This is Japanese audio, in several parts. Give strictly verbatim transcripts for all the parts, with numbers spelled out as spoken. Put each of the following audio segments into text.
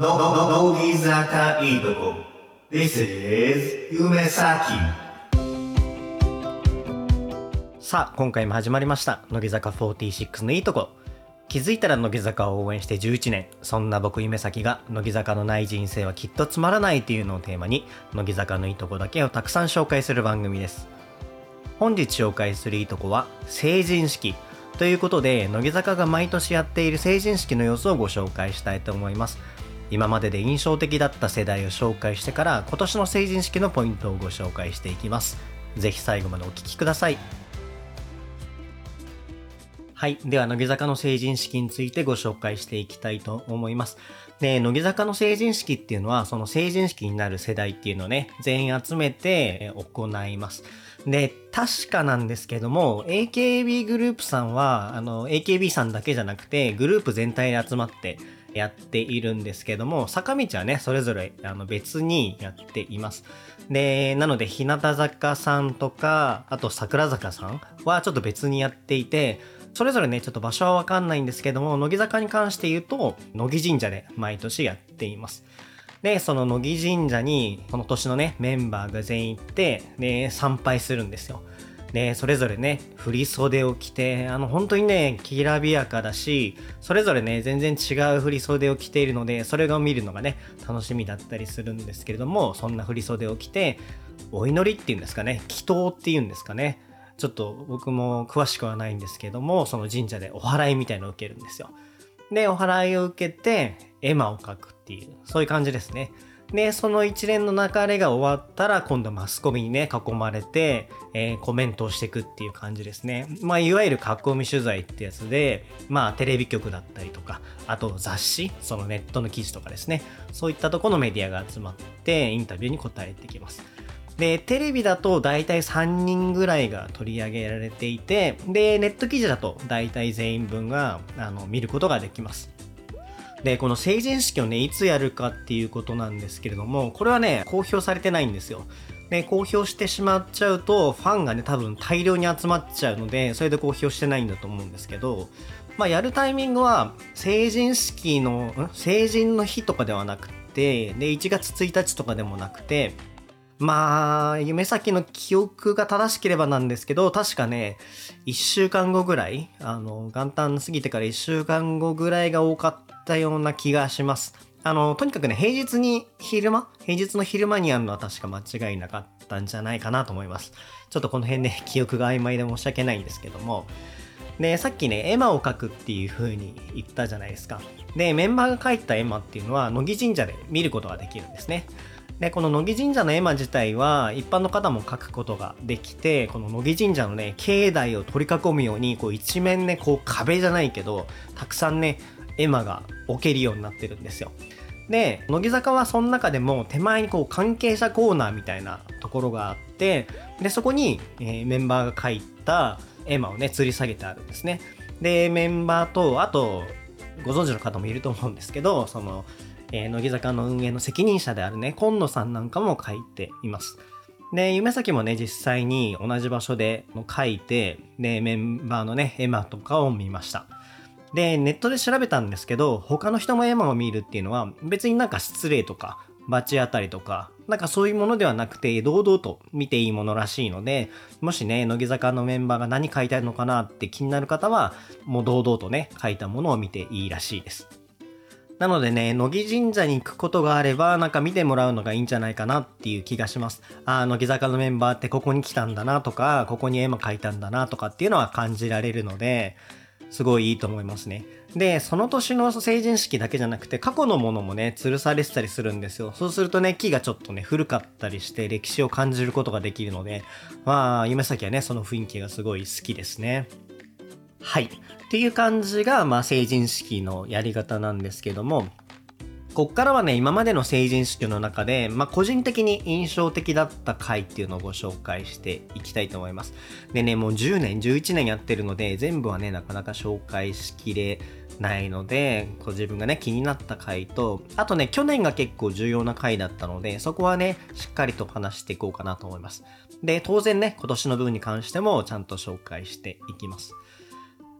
の、の、の、乃木坂いいとこ。This is 夢咲。 さあ、今回も始まりました。乃木坂フォーティーシックスのいいとこ。気づいたら乃木坂を応援してじゅういちねん。そんな僕夢咲が乃木坂のない人生はきっとつまらないというのをテーマに、乃木坂のいいとこだけをたくさん紹介する番組です。本日紹介するいいとこは成人式ということで、乃木坂が毎年やっている成人式の様子をご紹介したいと思います。今までで印象的だった世代を紹介してから、今年の成人式のポイントをご紹介していきます。ぜひ最後までお聞きください。はい。では、乃木坂の成人式についてご紹介していきたいと思います。で、乃木坂の成人式っていうのは、その成人式になる世代っていうのをね、全員集めて行います。で、確かなんですけども、エーケービー グループさんは、あの、エーケービー さんだけじゃなくて、グループ全体で集まってやっているんですけども、坂道はね、それぞれあの別にやっています。で、なので、日向坂さんとか、あと桜坂さんはちょっと別にやっていて、それぞれね、ちょっと場所はわかんないんですけども、乃木坂に関して言うと、乃木神社で毎年やっています。で、その乃木神社に、この年のね、メンバーが全員行って、で、参拝するんですよ。で、それぞれね、振り袖を着て、あの、本当にね、きらびやかだし、それぞれね、全然違う振り袖を着ているので、それが見るのがね、楽しみだったりするんですけれども、そんな振り袖を着て、お祈りっていうんですかね、祈祷っていうんですかね、ちょっと僕も詳しくはないんですけども、その神社でお祓いみたいなのを受けるんですよ。で、お祓いを受けて、絵馬を描くっていう、そういう感じですね。で、その一連の流れが終わったら、今度マスコミにね、囲まれて、えー、コメントをしていくっていう感じですね。まあ、いわゆる囲み取材ってやつで、まあ、テレビ局だったりとか、あと雑誌、そのネットの記事とかですね。そういったところのメディアが集まって、インタビューに答えてきます。で、テレビだと大体さんにんぐらいが取り上げられていて、で、ネット記事だと大体全員分があの見ることができます。で、この成人式をね、いつやるかっていうことなんですけれども、これはね、公表されてないんですよ。で、公表してしまっちゃうと、ファンがね、多分大量に集まっちゃうので、それで公表してないんだと思うんですけど、まあ、やるタイミングは、成人式の、ん成人の日とかではなくて、で、いちがつついたちとかでもなくて、まあ、夢咲の記憶が正しければなんですけど、確かね、いっしゅうかんごぐらい、あの、元旦過ぎてからいっしゅうかんごぐらいが多かったような気がします。あの、とにかくね、平日に昼間平日の昼間にやるのは確か間違いなかったんじゃないかなと思います。ちょっとこの辺ね、記憶が曖昧で申し訳ないんですけども。で、さっきね、絵馬を描くっていう風に言ったじゃないですか。で、メンバーが描いた絵馬っていうのは、乃木神社で見ることができるんですね。で、この乃木神社の絵馬自体は一般の方も描くことができて、この乃木神社のね、境内を取り囲むように、こう一面ね、こう壁じゃないけど、たくさんね、絵馬が置けるようになってるんですよ。で、乃木坂はその中でも手前にこう関係者コーナーみたいなところがあって、で、そこに、えー、メンバーが描いた絵馬をね、吊り下げてあるんですね。で、メンバーと、あと、ご存知の方もいると思うんですけど、その、えー、乃木坂の運営の責任者であるね、今野さんなんかも書いています。で、夢咲もね、実際に同じ場所で書いて、で、メンバーのね、絵馬とかを見ました。で、ネットで調べたんですけど、他の人の絵馬を見るっていうのは、別になんか失礼とか、罰当たりとか、なんかそういうものではなくて、堂々と見ていいものらしいので、もしね、乃木坂のメンバーが何書いてあるのかなって気になる方は、もう堂々とね、書いたものを見ていいらしいです。なのでね、乃木神社に行くことがあれば、なんか見てもらうのがいいんじゃないかなっていう気がします。あ、乃木坂のメンバーってここに来たんだなとか、ここに絵馬描いたんだなとかっていうのは感じられるので、すごいいいと思いますね。で、その年の成人式だけじゃなくて、過去のものもね、吊るされてたりするんですよ。そうするとね、木がちょっとね、古かったりして、歴史を感じることができるので、まあ、夢咲はね、その雰囲気がすごい好きですね。はい。っていう感じが、まあ、成人式のやり方なんですけども、こっからはね、今までの成人式の中で、まあ、個人的に印象的だった回っていうのをご紹介していきたいと思います。でね、もうじゅうねん、じゅういちねんやってるので、全部はね、なかなか紹介しきれないので、こう自分がね、気になった回と、あとね、去年が結構重要な回だったので、そこはね、しっかりと話していこうかなと思います。で、当然ね、今年の分に関してもちゃんと紹介していきます。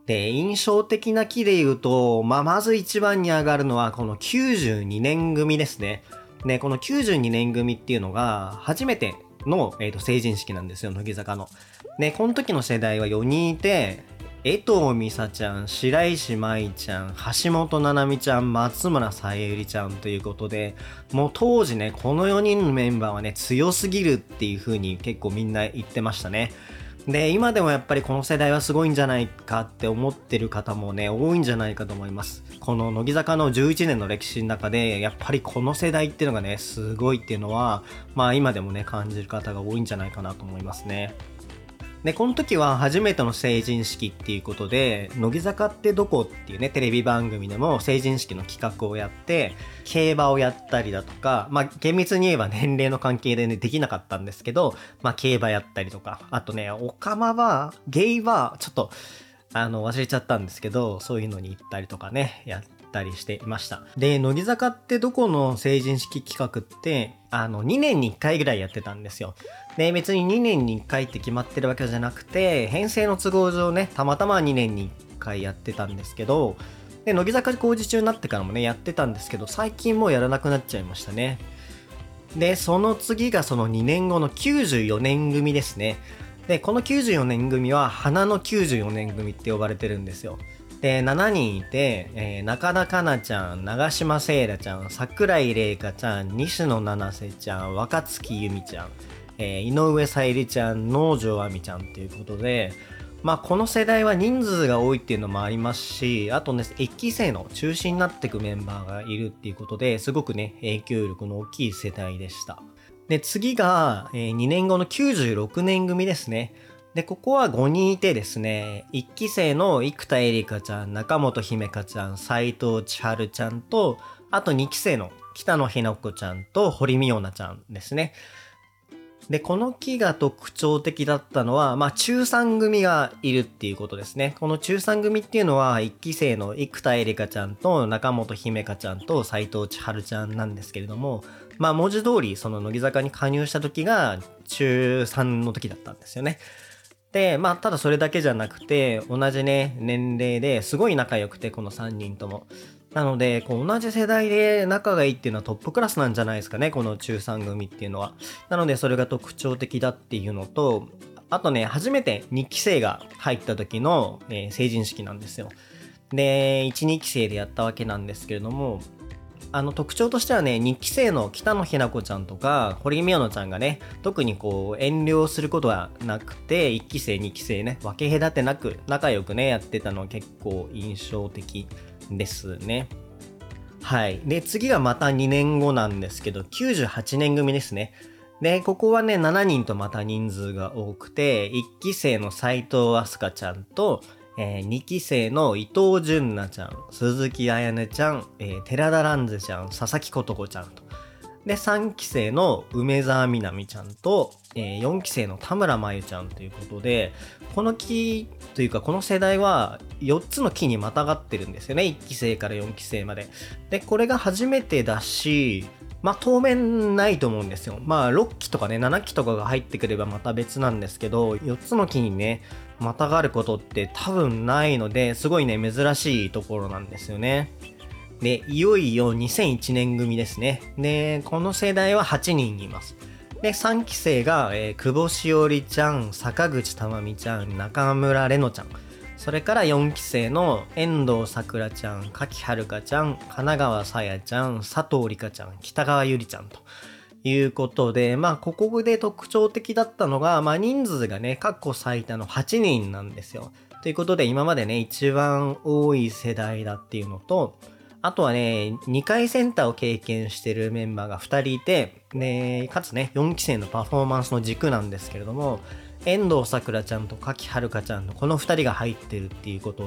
で、印象的な期で言うと、まあ、まず一番に上がるのはこのきゅうじゅうにねん組ですね。で、このきゅうじゅうにねん組っていうのが初めての、えーと成人式なんですよ、乃木坂の。で、この時の世代はよにんいて、江藤美沙ちゃん、白石麻衣ちゃん、橋本七海ちゃん、松村さゆりちゃんということで、もう当時ね、このよにんのメンバーはね、強すぎるっていう風に結構みんな言ってましたね。で、今でもやっぱりこの世代はすごいんじゃないかって思ってる方もね、多いんじゃないかと思います。この乃木坂のじゅういちねんの歴史の中で、やっぱりこの世代っていうのがね、すごいっていうのは、まあ今でもね、感じる方が多いんじゃないかなと思いますね。で、この時は初めての成人式っていうことで、乃木坂ってどこっていうね、テレビ番組でも成人式の企画をやって、競馬をやったりだとか、まあ厳密に言えば年齢の関係でね、できなかったんですけど、まあ競馬やったりとか、あとね、オカマバー、ゲイバー、ちょっと、あの、忘れちゃったんですけど、そういうのに行ったりとかね、やったりしていました。で、乃木坂ってどこの成人式企画って、あの、にねんにいっかいぐらいやってたんですよ。で、別ににねんにいっかいって決まってるわけじゃなくて、編成の都合上ね、たまたまにねんにいっかいやってたんですけど、で、乃木坂工事中になってからもね、やってたんですけど、最近もうやらなくなっちゃいましたね。で、その次がそのにねんごのきゅうじゅうよねん組ですね。で、このきゅうじゅうよねん組は花のきゅうじゅうよねん組って呼ばれてるんですよ。で、しちにんいて、えー、中田香菜ちゃん、長島聖羅ちゃん、桜井玲香ちゃん、西野七瀬ちゃん、若月由美ちゃん、えー、井上沙莉ちゃん、能條亜美ちゃんということで、まあこの世代は人数が多いっていうのもありますし、あとね、いっき生の中心になっていくメンバーがいるっていうことで、すごくね、影響力の大きい世代でした。で、次が、えー、にねんごのきゅうじゅうろくねん組ですね。で、ここはごにんいてですね、いっき生の生田絵梨花ちゃん、中本姫香ちゃん、斉藤千春ちゃんと、あとにき生の北野日な子ちゃんと堀美央奈ちゃんですね。で、この期が特徴的だったのは、まあ、中さん組がいるっていうことですね。この中さん組っていうのは、いっき生の生田絵梨花ちゃんと中本姫香ちゃんと斉藤千春ちゃんなんですけれども、まあ、文字通り、その乃木坂に加入した時が中さんの時だったんですよね。で、まあ、ただそれだけじゃなくて、同じね、年齢ですごい仲良くて、このさんにんとも。なので、こう同じ世代で仲がいいっていうのはトップクラスなんじゃないですかね、この中さん組っていうのは。なので、それが特徴的だっていうのと、あとね、初めてにき生が入った時の、えー成人式なんですよ。で、いち、にき生でやったわけなんですけれども、あの特徴としてはね、にき生の北野日な子ちゃんとか堀美央奈ちゃんがね、特にこう遠慮することはなくて、いっき生にき生ね、分け隔てなく仲良くねやってたのは結構印象的ですね。はい。で、次がまたにねんごなんですけど、きゅうじゅうはちねん組ですね。で、ここはね、しちにんとまた人数が多くて、いっき生の斉藤飛鳥ちゃんと、えー、にき生の伊藤純奈ちゃん、鈴木彩音ちゃん、えー、寺田蘭ズちゃん、佐々木琴子ちゃんと。で、さんき生の梅澤美波ちゃんと、えー、よんき生の田村真由ちゃんということで、この期というかこの世代はよっつの期にまたがってるんですよね。いっき生からよんき生まで。で、これが初めてだし、まあ当面ないと思うんですよ。まあろっきとかね、ななきとかが入ってくればまた別なんですけど、よっつの期にね、またがることって多分ないので、すごいね、珍しいところなんですよね。で、いよいよにせんいちねん組ですね。で、この世代ははちにんいます。で、さんき生が、えー、久保しおりちゃん、坂口珠美ちゃん、中村れのちゃん。それからよんき生の遠藤さくらちゃん、柿はるかちゃん、神奈川さやちゃん、佐藤里香ちゃん、北川ゆりちゃんということで、まあ、ここで特徴的だったのが、まあ、人数がね、過去最多のはちにんなんですよ。ということで、今までね、一番多い世代だっていうのと、あとはね、にかいセンターを経験してるメンバーがふたりいて、ね、かつね、よんき生のパフォーマンスの軸なんですけれども、遠藤さくらちゃんと柿はるかちゃんのこのふたりが入ってるっていうことって、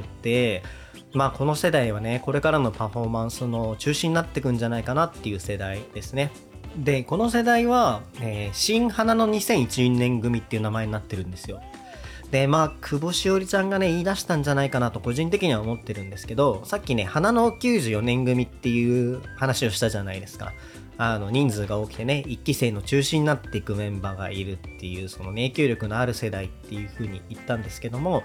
まあこの世代はね、これからのパフォーマンスの中心になってくんじゃないかなっていう世代ですね。で、この世代は、えー、新花のにせんいちねん組っていう名前になってるんですよ。で、まあ、久保しおりちゃんがね、言い出したんじゃないかなと個人的には思ってるんですけど、さっきね、花のきゅうじゅうよねん組っていう話をしたじゃないですか。あの、人数が多くてね、いっき生の中心になっていくメンバーがいるっていう、その、ね、影響力のある世代っていう風に言ったんですけども、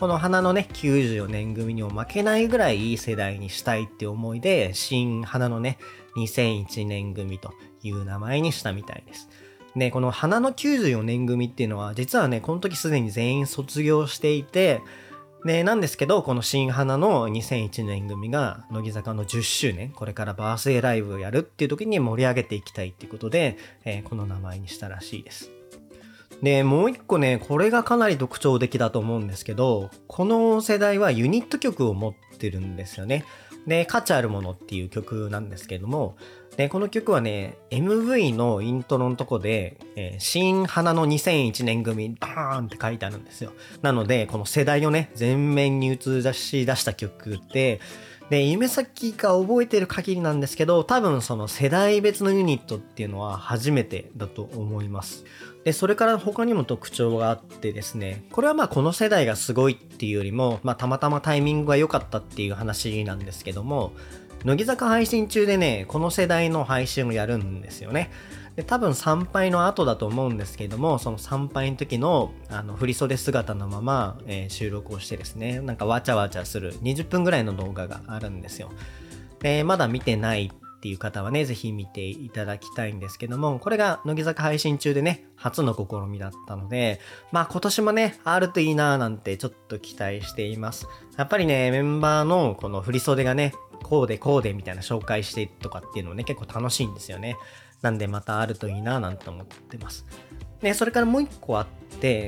この花のね、きゅうじゅうよねん組にも負けないぐらいいい世代にしたいって思いで、新花のね、にせんいちねん組という名前にしたみたいです。で、この花のきゅうじゅうよねん組っていうのは、実はね、この時すでに全員卒業していて、で、なんですけど、この新花のにせんいちねん組が、乃木坂のじゅっしゅうねん、これからバースデーライブをやるっていう時に盛り上げていきたいっていうことで、えー、この名前にしたらしいです。で、もう一個ね、これがかなり特徴的だと思うんですけど、この世代はユニット曲を持ってるんですよね。で、価値あるものっていう曲なんですけども、で、この曲はね、エムブイ のイントロのとこで、えー、新花のにせんいちねん組、バーンって書いてあるんですよ。なので、この世代をね、前面に映し出した曲で、で、夢咲が覚えてる限りなんですけど、多分その世代別のユニットっていうのは初めてだと思います。で、それから他にも特徴があってですね、これはまあこの世代がすごいっていうよりも、まあたまたまタイミングが良かったっていう話なんですけども、乃木坂配信中でね、この世代の配信をやるんですよね。で、多分参拝の後だと思うんですけども、その参拝の時の、あの、振袖姿のまま、えー、収録をしてですね、なんかわちゃわちゃするにじゅっぷんぐらいの動画があるんですよ。で、まだ見てないっていう方はね、ぜひ見ていただきたいんですけども、これが乃木坂配信中でね、初の試みだったので、まあ今年もね、あるといいなーなんてちょっと期待しています。やっぱりね、メンバーのこの振袖がね、こうでこうでみたいな紹介してとかっていうのね、結構楽しいんですよね。なんでまたあるといいななんて思ってます。で、それからもう一個あって、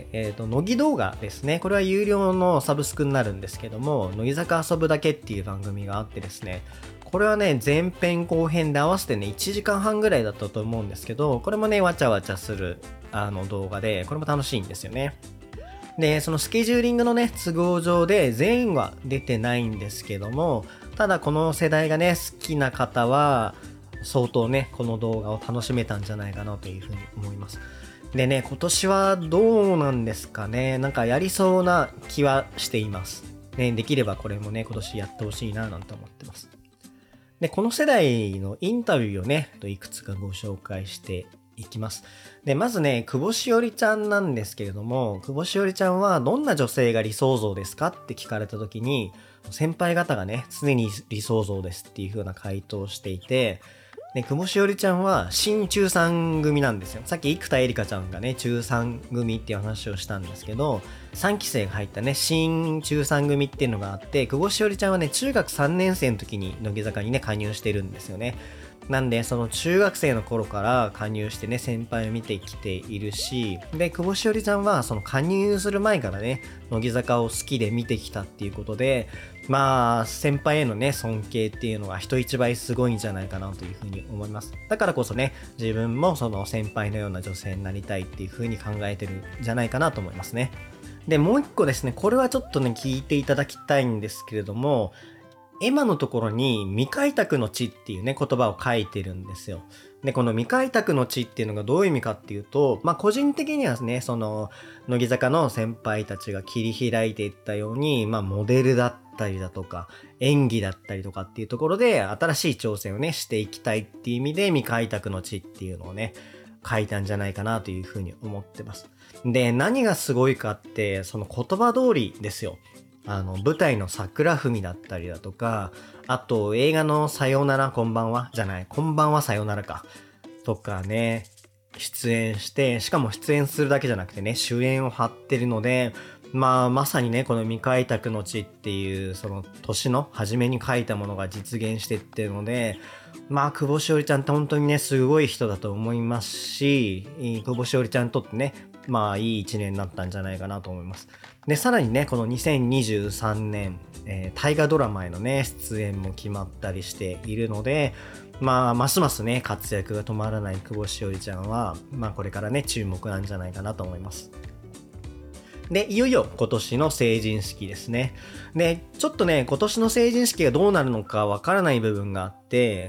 えっと、乃木動画ですね。これは有料のサブスクになるんですけども、乃木坂遊ぶだけっていう番組があってですね、これはね、前編後編で合わせてね、いちじかんはんぐらいだったと思うんですけど、これもね、わちゃわちゃするあの動画で、これも楽しいんですよね。で、そのスケジューリングのね、都合上で全員は出てないんですけども、ただこの世代がね、好きな方は、相当ね、この動画を楽しめたんじゃないかなというふうに思います。でね、今年はどうなんですかね。なんかやりそうな気はしています。ね、できればこれもね、今年やってほしいななんて思ってます。で、この世代のインタビューをね、いくつかご紹介していきます。で、まずね、久保しおりちゃんなんですけれども、久保しおりちゃんはどんな女性が理想像ですかって聞かれた時に、先輩方がね、常に理想像ですっていう風な回答をしていて、で、久保しおりちゃんは新中さん組なんですよ。さっき生田絵梨花ちゃんがね、中さん組っていう話をしたんですけど、さんき生が入ったね、新中さん組っていうのがあって、久保しおりちゃんはね、中学さんねん生の時に乃木坂にね、加入してるんですよね。なんで、その中学生の頃から加入してね、先輩を見てきているし、で、久保しおりちゃんはその加入する前からね、乃木坂を好きで見てきたっていうことで、まあ、先輩へのね、尊敬っていうのが人一倍すごいんじゃないかなというふうに思います。だからこそね、自分もその先輩のような女性になりたいっていうふうに考えてるんじゃないかなと思いますね。で、もう一個ですね、これはちょっとね、聞いていただきたいんですけれども、エマのところに未開拓の地っていうね、言葉を書いてるんですよ。で、この未開拓の地っていうのがどういう意味かっていうと、まあ個人的にはね、その、乃木坂の先輩たちが切り開いていったように、まあモデルだったりだとか、演技だったりとかっていうところで、新しい挑戦をね、していきたいっていう意味で、未開拓の地っていうのをね、書いたんじゃないかなというふうに思ってます。で、何がすごいかって、その言葉通りですよ。あの、舞台の桜文だったりだとか、あと映画のさよならこんばんはじゃない、こんばんはさよならか。とかね、出演して、しかも出演するだけじゃなくてね、主演を張ってるので、まあ、まさにね、この未開拓の地っていう、その年の初めに書いたものが実現してってるので、まあ、久保しおりちゃんって本当にね、すごい人だと思いますし、久保しおりちゃんにとってね、まあ、いい一年になったんじゃないかなと思います。で、さらにね、このにせんにじゅうさんねん、えー、大河ドラマへのね、出演も決まったりしているので、まあ、ますますね、活躍が止まらない久保しおりちゃんは、まあ、これからね、注目なんじゃないかなと思います。で、いよいよ今年の成人式ですね。で、ちょっとね、今年の成人式がどうなるのかわからない部分があって、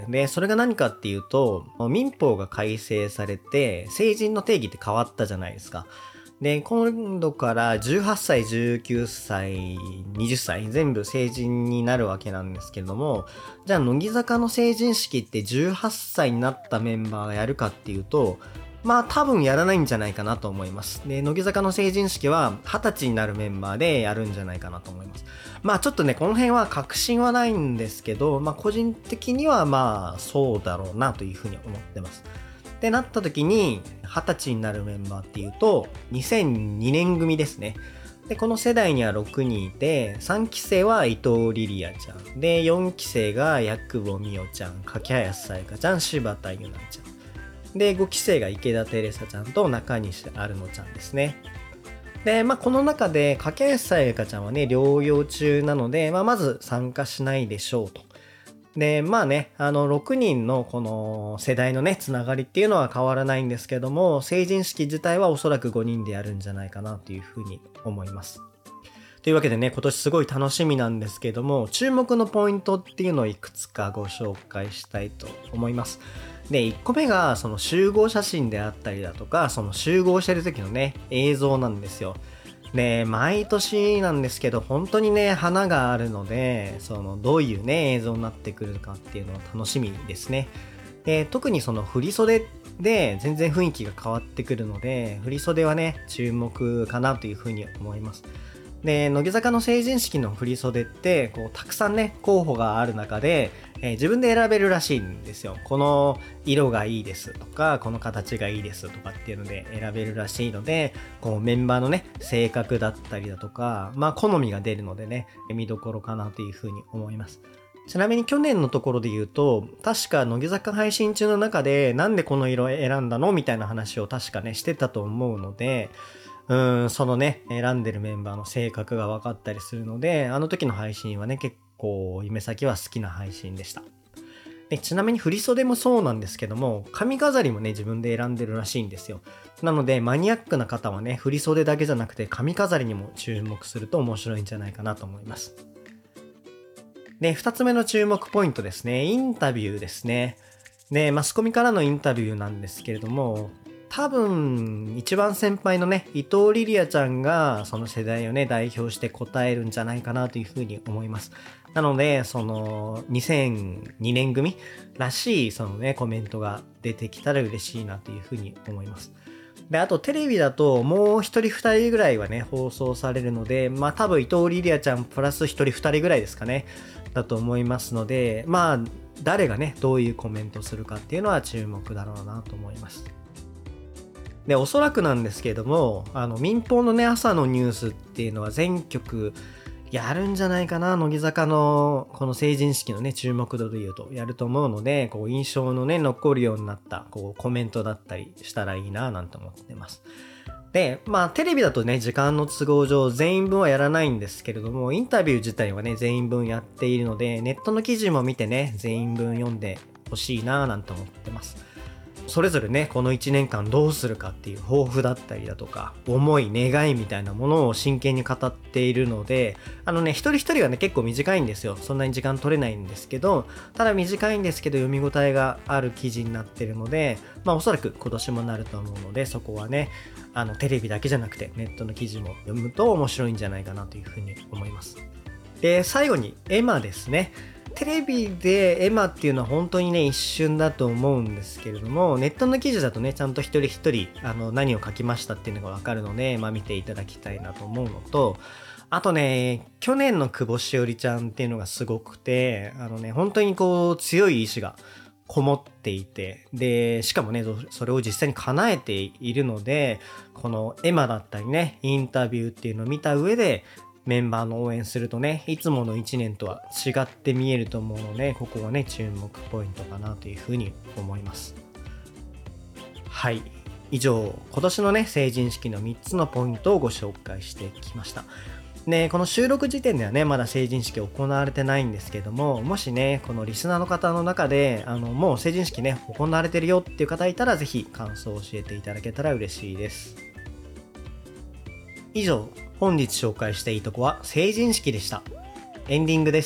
で、それが何かっていうと、民法が改正されて、成人の定義って変わったじゃないですか。で、今度からじゅうはっさい、じゅうきゅうさい、にじゅっさい、全部成人になるわけなんですけれども、じゃあ、乃木坂の成人式ってじゅうはっさいになったメンバーがやるかっていうと、 まあ多分やらないんじゃないかなと思います。で、乃木坂の成人式ははたちになるメンバーでやるんじゃないかなと思います。まあちょっとね、この辺は確信はないんですけど、まあ個人的にはまあそうだろうなというふうに思ってます。ってなった時に、はたちになるメンバーっていうと、にせんにねん組ですね。で、この世代にはろくにんいて、さんき生は伊藤リリアちゃん。で、よんき生が八久保美桜ちゃん、柿林さやかちゃん、柴田ゆなちゃん。で、ごき生が池田テレサちゃんと中西アルノちゃんですね。で、まあ、この中で、柿林さやかちゃんはね、療養中なので、まあ、まず参加しないでしょうと。で、まあね、あの、ろくにんのこの世代のね、つながりっていうのは変わらないんですけども、成人式自体はおそらくごにんでやるんじゃないかなというふうに思います。というわけでね、今年すごい楽しみなんですけども、注目のポイントっていうのをいくつかご紹介したいと思います。で、いっこめがその集合写真であったりだとか、その集合してる時のね、映像なんですよ。で、毎年なんですけど、本当にね、花があるので、その、どういうね、映像になってくるかっていうのは楽しみですね。で、特にその振袖で全然雰囲気が変わってくるので、振袖はね、注目かなというふうに思います。で、乃木坂の成人式の振袖ってこうたくさんね候補がある中で、えー、自分で選べるらしいんですよ。この色がいいですとか、この形がいいですとかっていうので選べるらしいので、こうメンバーのね性格だったりだとか、まあ好みが出るのでね、見どころかなというふうに思います。ちなみに去年のところで言うと、確か乃木坂配信中の中でなんでこの色を選んだのみたいな話を確かねしてたと思うので、うーん、そのね、選んでるメンバーの性格が分かったりするので、あの時の配信はね、結構、夢先は好きな配信でした。で、ちなみに振袖もそうなんですけども、髪飾りもね、自分で選んでるらしいんですよ。なので、マニアックな方はね、振袖だけじゃなくて、髪飾りにも注目すると面白いんじゃないかなと思います。で、二つ目の注目ポイントですね。インタビューですね。で、マスコミからのインタビューなんですけれども、多分一番先輩のね伊藤リリアちゃんがその世代をね代表して答えるんじゃないかなというふうに思います。なのでそのにせんにねん組らしいそのねコメントが出てきたら嬉しいなというふうに思います。で、あとテレビだともう一人二人ぐらいはね放送されるので、まあ多分伊藤リリアちゃんプラス一人二人ぐらいですかねだと思いますので、まあ誰がねどういうコメントするかっていうのは注目だろうなと思います。で、おそらくなんですけれども、あの民放のね朝のニュースっていうのは全局やるんじゃないかな。乃木坂のこの成人式のね注目度で言うとやると思うので、こう印象のね残るようになったこうコメントだったりしたらいいななんて思ってます。で、まあテレビだとね時間の都合上全員分はやらないんですけれども、インタビュー自体はね全員分やっているので、ネットの記事も見てね全員分読んでほしいななんて思ってます。それぞれねこのいちねんかんどうするかっていう抱負だったりだとか思い願いみたいなものを真剣に語っているので、あのね一人一人はね結構短いんですよ。そんなに時間取れないんですけど、ただ短いんですけど読み応えがある記事になってるので、まあおそらく今年もなると思うので、そこはねあのテレビだけじゃなくてネットの記事も読むと面白いんじゃないかなというふうに思います。で、最後にエマですね。テレビでエマっていうのは本当にね一瞬だと思うんですけれども、ネットの記事だとねちゃんと一人一人あの何を書きましたっていうのが分かるので、まあ見ていただきたいなと思うのと、あとね去年の久保しおりちゃんっていうのがすごくて、あのね本当にこう強い意志がこもっていて、でしかもねそれを実際に叶えているので、このエマだったりねインタビューっていうのを見た上でメンバーの応援するとね、いつものいちねんとは違って見えると思うので、ここはね注目ポイントかなというふうに思います。はい、以上今年のね成人式のみっつのポイントをご紹介してきました。で、この収録時点ではねまだ成人式行われてないんですけども、もしねこのリスナーの方の中であのもう成人式ね行われてるよっていう方いたら、ぜひ感想を教えていただけたら嬉しいです。以上、本日紹介したいいとこは成人式でした。エンディングです。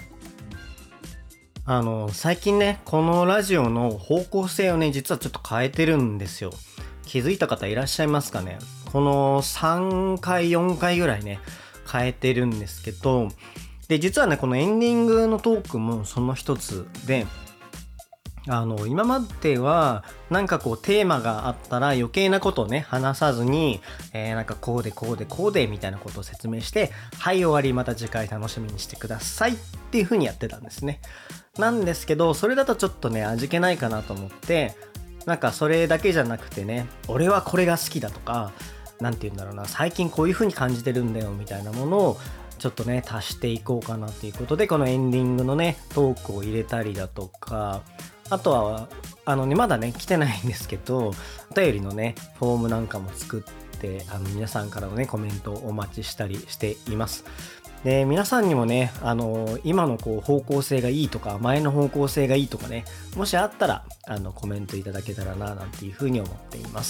あの最近ねこのラジオの方向性をね実はちょっと変えてるんですよ。気づいた方いらっしゃいますかね。このさんかいよんかいぐらいね変えてるんですけど、で実はねこのエンディングのトークもその一つで、 あの今まではなんかこうテーマがあったら余計なことをね話さずに、えー、なんかこうでこうでこうでみたいなことを説明して、はい終わり、また次回楽しみにしてくださいっていう風にやってたんですね。なんですけどそれだとちょっとね味気ないかなと思って、なんかそれだけじゃなくてね、俺はこれが好きだとか、なんて言うんだろうな、最近こういう風に感じてるんだよみたいなものをちょっとね足していこうかなっていうことで、このエンディングのねトークを入れたりだとか、あとはあのねまだね来てないんですけど、お便りのねフォームなんかも作って、あの皆さんからのねコメントをお待ちしたりしています。で皆さんにもね、あの今のこう方向性がいいとか前の方向性がいいとかね、もしあったらあのコメントいただけたらななんていうふうに思っています。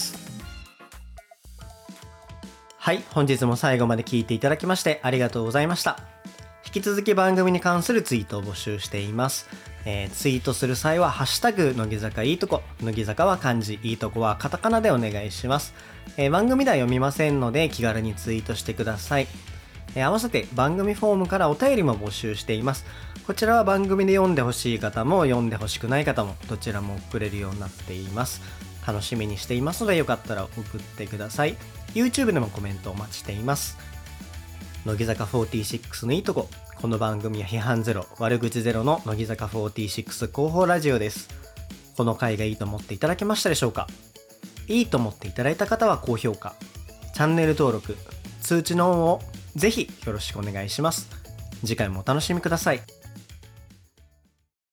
はい、本日も最後まで聞いていただきましてありがとうございました。引き続き番組に関するツイートを募集しています。えー、ツイートする際はハッシュタグ乃木坂いいとこ、乃木坂は漢字、いいとこはカタカナでお願いします。えー、番組では読みませんので気軽にツイートしてください。えー、合わせて番組フォームからお便りも募集しています。こちらは番組で読んでほしい方も読んでほしくない方もどちらも送れるようになっています。楽しみにしていますのでよかったら送ってください。 YouTube でもコメントお待ちしています。乃木坂フォーティーシックスのいいとこ、この番組は批判ゼロ、悪口ゼロの乃木坂フォーティーシックス広報ラジオです。この回がいいと思っていただけましたでしょうか？いいと思っていただいた方は高評価、チャンネル登録、通知のオンをぜひよろしくお願いします。次回もお楽しみください。